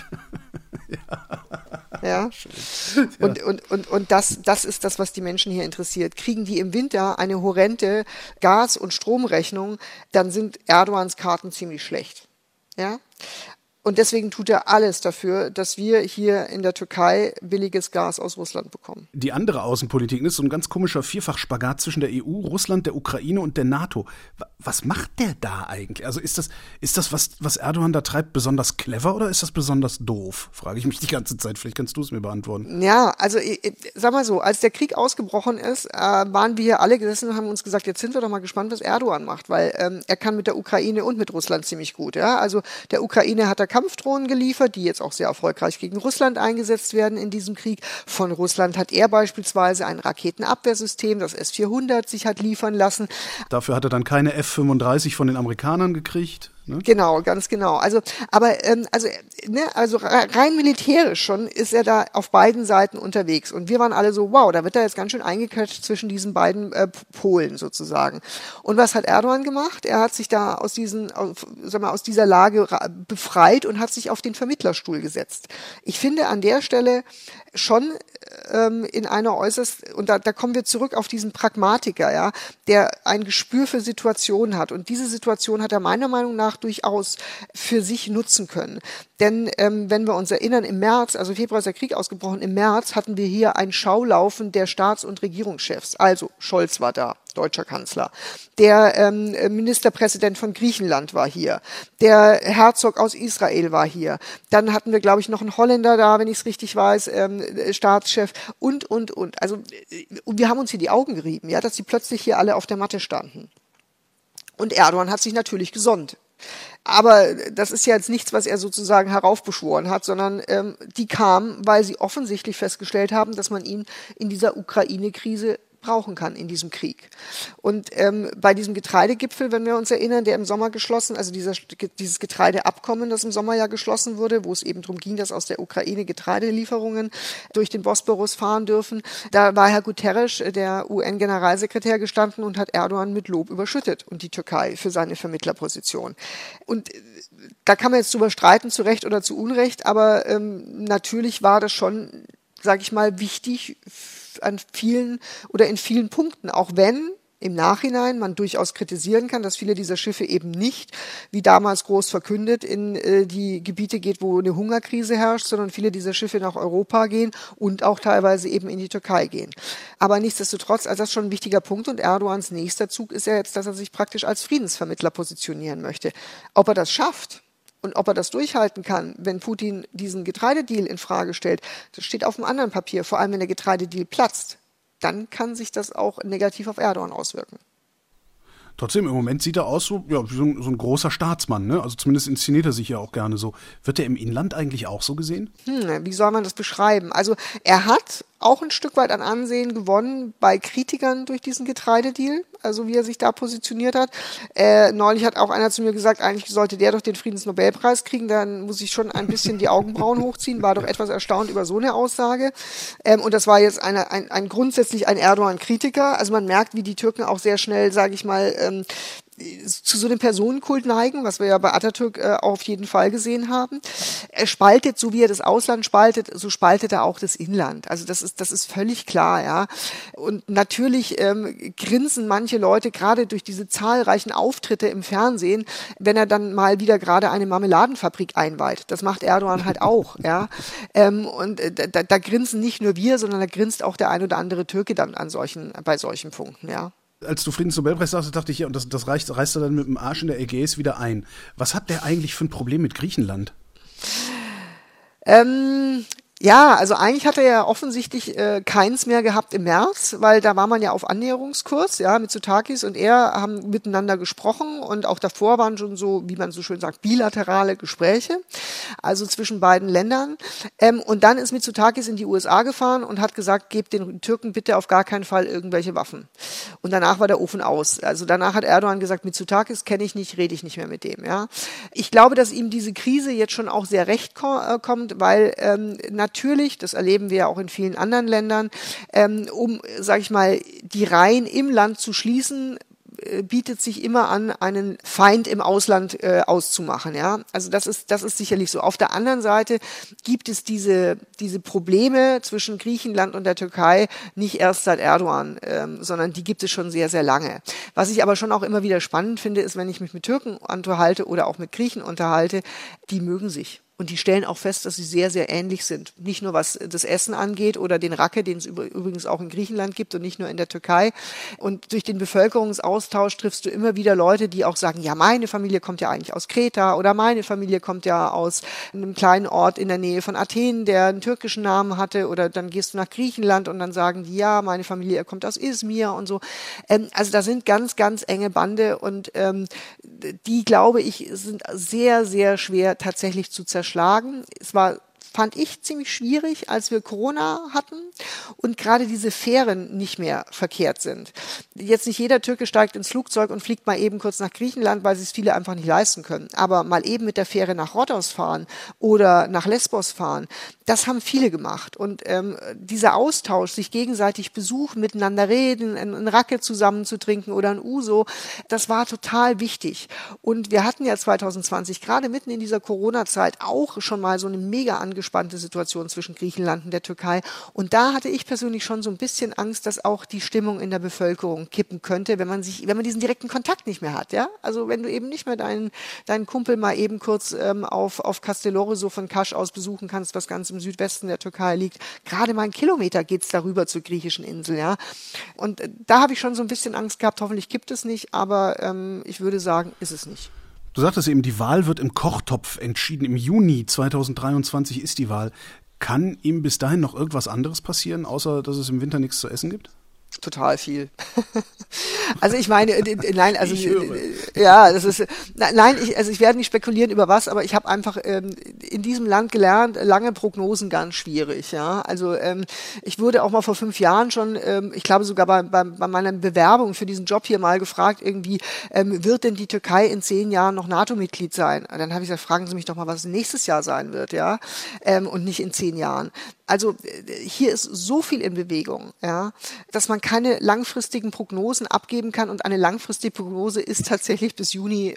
Ja. Und das ist das, was die Menschen hier interessiert. Kriegen die im Winter eine horrende Gas- und Stromrechnung, dann sind Erdogans Karten ziemlich schlecht. Ja. Und deswegen tut er alles dafür, dass wir hier in der Türkei billiges Gas aus Russland bekommen. Die andere Außenpolitik ist so ein ganz komischer Vierfachspagat zwischen der EU, Russland, der Ukraine und der NATO. Was macht der da eigentlich? Also ist das was Erdogan da treibt, besonders clever oder ist das besonders doof? Frage ich mich die ganze Zeit. Vielleicht kannst du es mir beantworten. Ja, also sag mal so, als der Krieg ausgebrochen ist, waren wir hier alle gesessen und haben uns gesagt, jetzt sind wir doch mal gespannt, was Erdogan macht, weil er kann mit der Ukraine und mit Russland ziemlich gut. Ja? Also der Ukraine hat er Kampfdrohnen geliefert, die jetzt auch sehr erfolgreich gegen Russland eingesetzt werden in diesem Krieg. Von Russland hat er beispielsweise ein Raketenabwehrsystem, das S-400, sich hat liefern lassen. Dafür hat er dann keine F-35 von den Amerikanern gekriegt. Ne? Genau, ganz genau. Also rein militärisch schon ist er da auf beiden Seiten unterwegs. Und wir waren alle so, wow, da wird er jetzt ganz schön eingequetscht zwischen diesen beiden Polen sozusagen. Und was hat Erdogan gemacht? Er hat sich da aus dieser Lage befreit und hat sich auf den Vermittlerstuhl gesetzt. Ich finde an der Stelle schon in einer äußerst, und da kommen wir zurück auf diesen Pragmatiker, ja, der ein Gespür für Situationen hat. Und diese Situation hat er meiner Meinung nach durchaus für sich nutzen können. Denn wenn wir uns erinnern, im März, also Februar ist der Krieg ausgebrochen, im März hatten wir hier ein Schaulaufen der Staats- und Regierungschefs. Also Scholz war da, deutscher Kanzler. Der Ministerpräsident von Griechenland war hier. Der Herzog aus Israel war hier. Dann hatten wir, glaube ich, noch einen Holländer da, wenn ich es richtig weiß, Staatschef und. Also und wir haben uns hier die Augen gerieben, ja, dass die plötzlich hier alle auf der Matte standen. Und Erdogan hat sich natürlich gesonnt. Aber das ist ja jetzt nichts, was er sozusagen heraufbeschworen hat, sondern die kamen, weil sie offensichtlich festgestellt haben, dass man ihn in dieser Ukraine-Krise brauchen kann in diesem Krieg. Und bei diesem Getreidegipfel, wenn wir uns erinnern, der im Sommer geschlossen, also dieses Getreideabkommen, das im Sommer ja geschlossen wurde, wo es eben darum ging, dass aus der Ukraine Getreidelieferungen durch den Bosporus fahren dürfen, da war Herr Guterres, der UN-Generalsekretär, gestanden und hat Erdogan mit Lob überschüttet und die Türkei für seine Vermittlerposition. Und da kann man jetzt drüber streiten, zu Recht oder zu Unrecht, aber natürlich war das schon, sage ich mal, wichtig an vielen oder in vielen Punkten, auch wenn im Nachhinein man durchaus kritisieren kann, dass viele dieser Schiffe eben nicht, wie damals groß verkündet, in die Gebiete geht, wo eine Hungerkrise herrscht, sondern viele dieser Schiffe nach Europa gehen und auch teilweise eben in die Türkei gehen. Aber nichtsdestotrotz, also das ist schon ein wichtiger Punkt und Erdogans nächster Zug ist ja jetzt, dass er sich praktisch als Friedensvermittler positionieren möchte. Ob er das schafft, und ob er das durchhalten kann, wenn Putin diesen Getreidedeal in Frage stellt, das steht auf einem anderen Papier. Vor allem, wenn der Getreidedeal platzt, dann kann sich das auch negativ auf Erdogan auswirken. Trotzdem, im Moment sieht er aus wie so ein großer Staatsmann, ne? Also zumindest inszeniert er sich ja auch gerne so. Wird er im Inland eigentlich auch so gesehen? Wie soll man das beschreiben? Also er hat auch ein Stück weit an Ansehen gewonnen bei Kritikern durch diesen Getreidedeal, also wie er sich da positioniert hat. Neulich hat auch einer zu mir gesagt, eigentlich sollte der doch den Friedensnobelpreis kriegen, dann muss ich schon ein bisschen die Augenbrauen hochziehen, war doch etwas erstaunt über so eine Aussage. Und das war jetzt grundsätzlich ein Erdogan-Kritiker. Also man merkt, wie die Türken auch sehr schnell, sage ich mal, zu so einem Personenkult neigen, was wir ja bei Atatürk auf jeden Fall gesehen haben. Er spaltet, so wie er das Ausland spaltet, so spaltet er auch das Inland. Also das ist völlig klar, ja. Und natürlich grinsen manche Leute gerade durch diese zahlreichen Auftritte im Fernsehen, wenn er dann mal wieder gerade eine Marmeladenfabrik einweiht. Das macht Erdogan halt auch, ja. Und da grinsen nicht nur wir, sondern da grinst auch der ein oder andere Türke dann bei solchen Punkten, ja. Als du Friedensnobelpreis sagst, dachte ich, ja, und das reißt er dann mit dem Arsch in der Ägäis wieder ein. Was hat der eigentlich für ein Problem mit Griechenland? Ja, also eigentlich hat er ja offensichtlich keins mehr gehabt im März, weil da war man ja auf Annäherungskurs, ja, Mitsotakis und er haben miteinander gesprochen und auch davor waren schon so, wie man so schön sagt, bilaterale Gespräche, also zwischen beiden Ländern. Und dann ist Mitsotakis in die USA gefahren und hat gesagt, gebt den Türken bitte auf gar keinen Fall irgendwelche Waffen. Und danach war der Ofen aus. Also danach hat Erdogan gesagt, Mitsotakis kenne ich nicht, rede ich nicht mehr mit dem, ja. Ich glaube, dass ihm diese Krise jetzt schon auch sehr recht kommt, weil natürlich, das erleben wir ja auch in vielen anderen Ländern, um, sage ich mal, die Reihen im Land zu schließen, bietet sich immer an, einen Feind im Ausland auszumachen. Ja, also das ist sicherlich so. Auf der anderen Seite gibt es diese Probleme zwischen Griechenland und der Türkei nicht erst seit Erdogan, sondern die gibt es schon sehr, sehr lange. Was ich aber schon auch immer wieder spannend finde, ist, wenn ich mich mit Türken unterhalte oder auch mit Griechen unterhalte, die mögen sich. Und die stellen auch fest, dass sie sehr, sehr ähnlich sind. Nicht nur was das Essen angeht oder den Rake, den es übrigens auch in Griechenland gibt und nicht nur in der Türkei. Und durch den Bevölkerungsaustausch triffst du immer wieder Leute, die auch sagen, ja, meine Familie kommt ja eigentlich aus Kreta oder meine Familie kommt ja aus einem kleinen Ort in der Nähe von Athen, der einen türkischen Namen hatte. Oder dann gehst du nach Griechenland und dann sagen die, ja, meine Familie kommt aus Izmir und so. Also da sind ganz, ganz enge Bande und die, glaube ich, sind sehr, sehr schwer tatsächlich zu zerschlagen. Es war, fand ich, ziemlich schwierig, als wir Corona hatten und gerade diese Fähren nicht mehr verkehrt sind. Jetzt nicht jeder Türke steigt ins Flugzeug und fliegt mal eben kurz nach Griechenland, weil sie es viele einfach nicht leisten können. Aber mal eben mit der Fähre nach Rhodos fahren oder nach Lesbos fahren, das haben viele gemacht. Und dieser Austausch, sich gegenseitig besuchen, miteinander reden, ein Rake zusammen zu trinken oder ein Uso, das war total wichtig. Und wir hatten ja 2020, gerade mitten in dieser Corona-Zeit, auch schon mal so eine mega angespannte Situation zwischen Griechenland und der Türkei. Und da hatte ich persönlich schon so ein bisschen Angst, dass auch die Stimmung in der Bevölkerung kippen könnte, wenn man diesen direkten Kontakt nicht mehr hat. Ja? Also wenn du eben nicht mehr deinen Kumpel mal eben kurz auf Castelloro so von Kasch aus besuchen kannst, was ganz im Südwesten der Türkei liegt. Gerade mal einen Kilometer geht's darüber zur griechischen Insel. Ja? Und da habe ich schon so ein bisschen Angst gehabt, hoffentlich kippt es nicht, aber ich würde sagen, ist es nicht. Du sagtest eben, die Wahl wird im Kochtopf entschieden. Im Juni 2023 ist die Wahl. Kann ihm bis dahin noch irgendwas anderes passieren, außer dass es im Winter nichts zu essen gibt? Total viel. Also ich meine, nein, also ich höre. Ja, das ist ich werde nicht spekulieren über was, aber ich habe einfach in diesem Land gelernt, lange Prognosen ganz schwierig. Ja, also ich wurde auch mal vor 5 Jahren schon, ich glaube sogar bei meiner Bewerbung für diesen Job hier mal gefragt, irgendwie wird denn die Türkei in 10 Jahren noch NATO-Mitglied sein? Und dann habe ich gesagt, fragen Sie mich doch mal, was nächstes Jahr sein wird, ja, und nicht in 10 Jahren. Also hier ist so viel in Bewegung, ja, dass man keine langfristigen Prognosen abgeben kann und eine langfristige Prognose ist tatsächlich bis Juni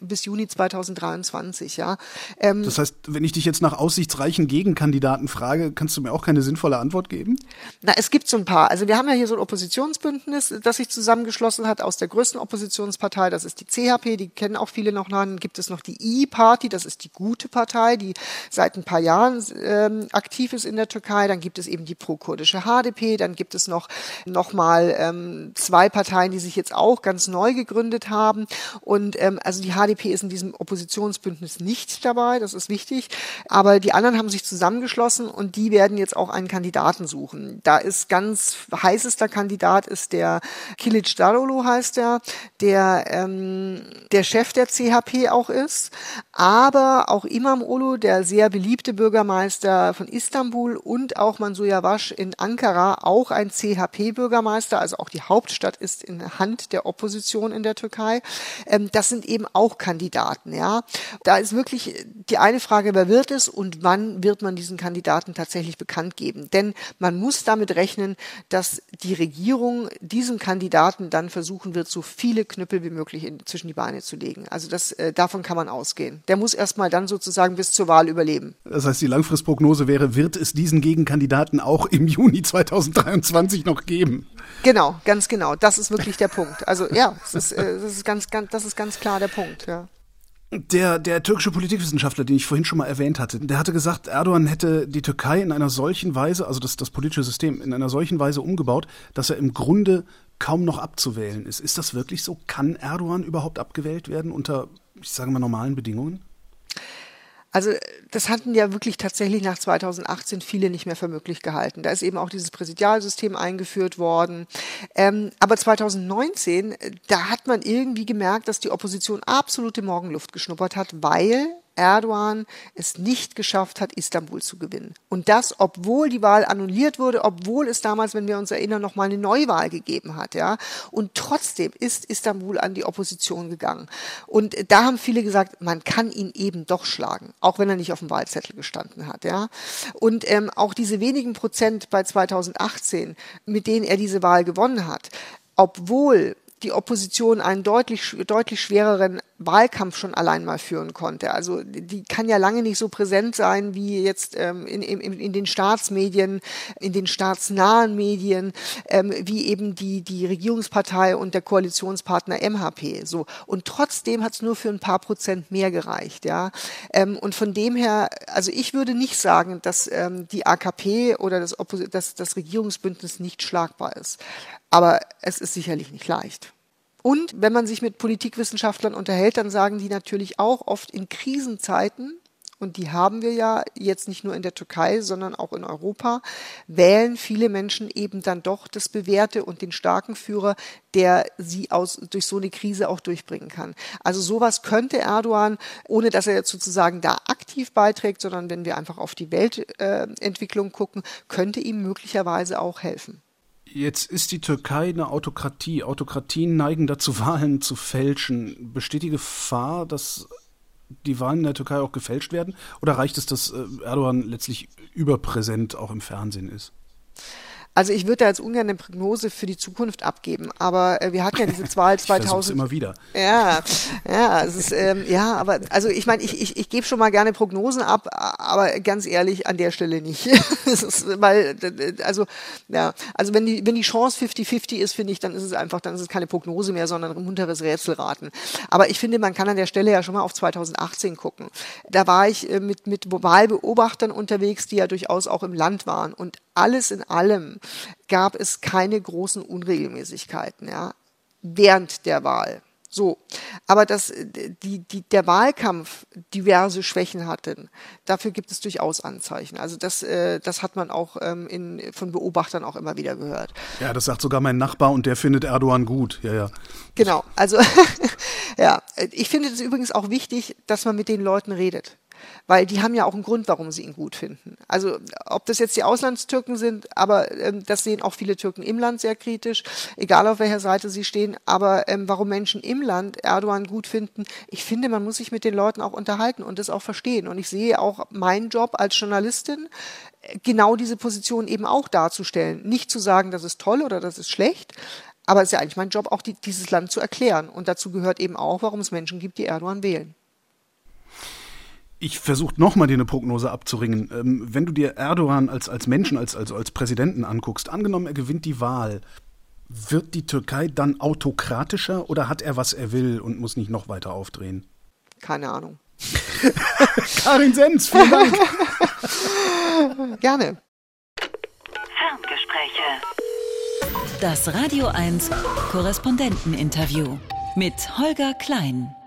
2023, ja. Das heißt, wenn ich dich jetzt nach aussichtsreichen Gegenkandidaten frage, kannst du mir auch keine sinnvolle Antwort geben? Na, es gibt so ein paar. Also wir haben ja hier so ein Oppositionsbündnis, das sich zusammengeschlossen hat aus der größten Oppositionspartei, das ist die CHP, die kennen auch viele noch. Dann gibt es noch die I-Party, das ist die gute Partei, die seit ein paar Jahren aktiv ist in der Türkei. Dann gibt es eben die pro-kurdische HDP, dann gibt es noch mal 2 Parteien, die sich jetzt auch ganz neu gegründet haben. Und also die HDP ist in diesem Oppositionsbündnis nicht dabei, das ist wichtig. Aber die anderen haben sich zusammengeschlossen und die werden jetzt auch einen Kandidaten suchen. Da ist ganz heißester Kandidat ist der Kılıçdaroğlu heißt der Chef der CHP auch ist. Aber auch İmamoğlu, der sehr beliebte Bürgermeister von Istanbul und auch Mansur Yavaş in Ankara, auch ein CHP-Bürgermeister, also auch die Hauptstadt ist in Hand der Opposition in der Türkei. Das sind eben auch Kandidaten, ja. Da ist wirklich die eine Frage, wer wird es und wann wird man diesen Kandidaten tatsächlich bekannt geben? Denn man muss damit rechnen, dass die Regierung diesem Kandidaten dann versuchen wird, so viele Knüppel wie möglich zwischen die Beine zu legen. Also davon kann man ausgehen. Der muss erstmal dann sozusagen bis zur Wahl überleben. Das heißt, die Langfristprognose wäre, wird es diesen Gegenkandidaten auch im Juni 2023 noch geben? Genau, ganz genau. Das ist wirklich der Punkt. Also ja, das ist ganz klar der Punkt, ja. Der türkische Politikwissenschaftler, den ich vorhin schon mal erwähnt hatte, der hatte gesagt, Erdogan hätte die Türkei in einer solchen Weise, also das politische System, in einer solchen Weise umgebaut, dass er im Grunde kaum noch abzuwählen ist. Ist das wirklich so? Kann Erdogan überhaupt abgewählt werden unter, ich sage mal, normalen Bedingungen? Also das hatten ja wirklich tatsächlich nach 2018 viele nicht mehr für möglich gehalten. Da ist eben auch dieses Präsidialsystem eingeführt worden. Aber 2019, da hat man irgendwie gemerkt, dass die Opposition absolute Morgenluft geschnuppert hat, weil Erdogan es nicht geschafft hat, Istanbul zu gewinnen. Und das, obwohl die Wahl annulliert wurde, obwohl es damals, wenn wir uns erinnern, noch mal eine Neuwahl gegeben hat, ja. Und trotzdem ist Istanbul an die Opposition gegangen. Und da haben viele gesagt, man kann ihn eben doch schlagen, auch wenn er nicht auf dem Wahlzettel gestanden hat, ja. Und auch diese wenigen Prozent bei 2018, mit denen er diese Wahl gewonnen hat, obwohl die Opposition einen deutlich schwereren Wahlkampf schon allein mal führen konnte. Also die kann ja lange nicht so präsent sein wie jetzt in den Staatsmedien, in den staatsnahen Medien, wie eben die Regierungspartei und der Koalitionspartner MHP. So. Und trotzdem hat es nur für ein paar Prozent mehr gereicht. Ja? Und von dem her, also ich würde nicht sagen, dass die AKP oder das Regierungsbündnis nicht schlagbar ist. Aber es ist sicherlich nicht leicht. Und wenn man sich mit Politikwissenschaftlern unterhält, dann sagen die natürlich auch oft in Krisenzeiten, und die haben wir ja jetzt nicht nur in der Türkei, sondern auch in Europa, wählen viele Menschen eben dann doch das Bewährte und den starken Führer, der sie durch so eine Krise auch durchbringen kann. Also sowas könnte Erdogan, ohne dass er jetzt sozusagen da aktiv beiträgt, sondern wenn wir einfach auf die Weltentwicklung gucken, könnte ihm möglicherweise auch helfen. Jetzt ist die Türkei eine Autokratie. Autokratien neigen dazu, Wahlen zu fälschen. Besteht die Gefahr, dass die Wahlen in der Türkei auch gefälscht werden? Oder reicht es, dass Erdogan letztlich überpräsent auch im Fernsehen ist? Also ich würde da jetzt ungern eine Prognose für die Zukunft abgeben, aber wir hatten ja diese Wahl 2000. Ich immer wieder. Ja, es ist aber also ich meine, ich gebe schon mal gerne Prognosen ab, aber ganz ehrlich an der Stelle nicht. Das ist, weil also wenn die Chance 50-50 ist, finde ich, dann ist es keine Prognose mehr, sondern ein munteres Rätselraten. Aber ich finde, man kann an der Stelle ja schon mal auf 2018 gucken. Da war ich mit Wahlbeobachtern unterwegs, die ja durchaus auch im Land waren, und alles in allem gab es keine großen Unregelmäßigkeiten, ja, während der Wahl. So. Aber dass der Wahlkampf diverse Schwächen hatte, dafür gibt es durchaus Anzeichen. Also das hat man auch von Beobachtern auch immer wieder gehört. Ja, das sagt sogar mein Nachbar, und der findet Erdogan gut. Ja. Genau. Also, ja. Ich finde es übrigens auch wichtig, dass man mit den Leuten redet. Weil die haben ja auch einen Grund, warum sie ihn gut finden. Also ob das jetzt die Auslandstürken sind, aber das sehen auch viele Türken im Land sehr kritisch, egal auf welcher Seite sie stehen. Aber warum Menschen im Land Erdogan gut finden, ich finde, man muss sich mit den Leuten auch unterhalten und das auch verstehen. Und ich sehe auch meinen Job als Journalistin, genau diese Position eben auch darzustellen. Nicht zu sagen, das ist toll oder das ist schlecht, aber es ist ja eigentlich mein Job, auch dieses Land zu erklären. Und dazu gehört eben auch, warum es Menschen gibt, die Erdogan wählen. Ich versuche nochmal dir eine Prognose abzuringen. Wenn du dir Erdogan als Menschen, als Präsidenten anguckst, angenommen, er gewinnt die Wahl, wird die Türkei dann autokratischer oder hat er, was er will und muss nicht noch weiter aufdrehen? Keine Ahnung. Karin Sens, vielen Dank. Gerne. Ferngespräche. Das Radio 1 Korrespondenteninterview mit Holger Klein.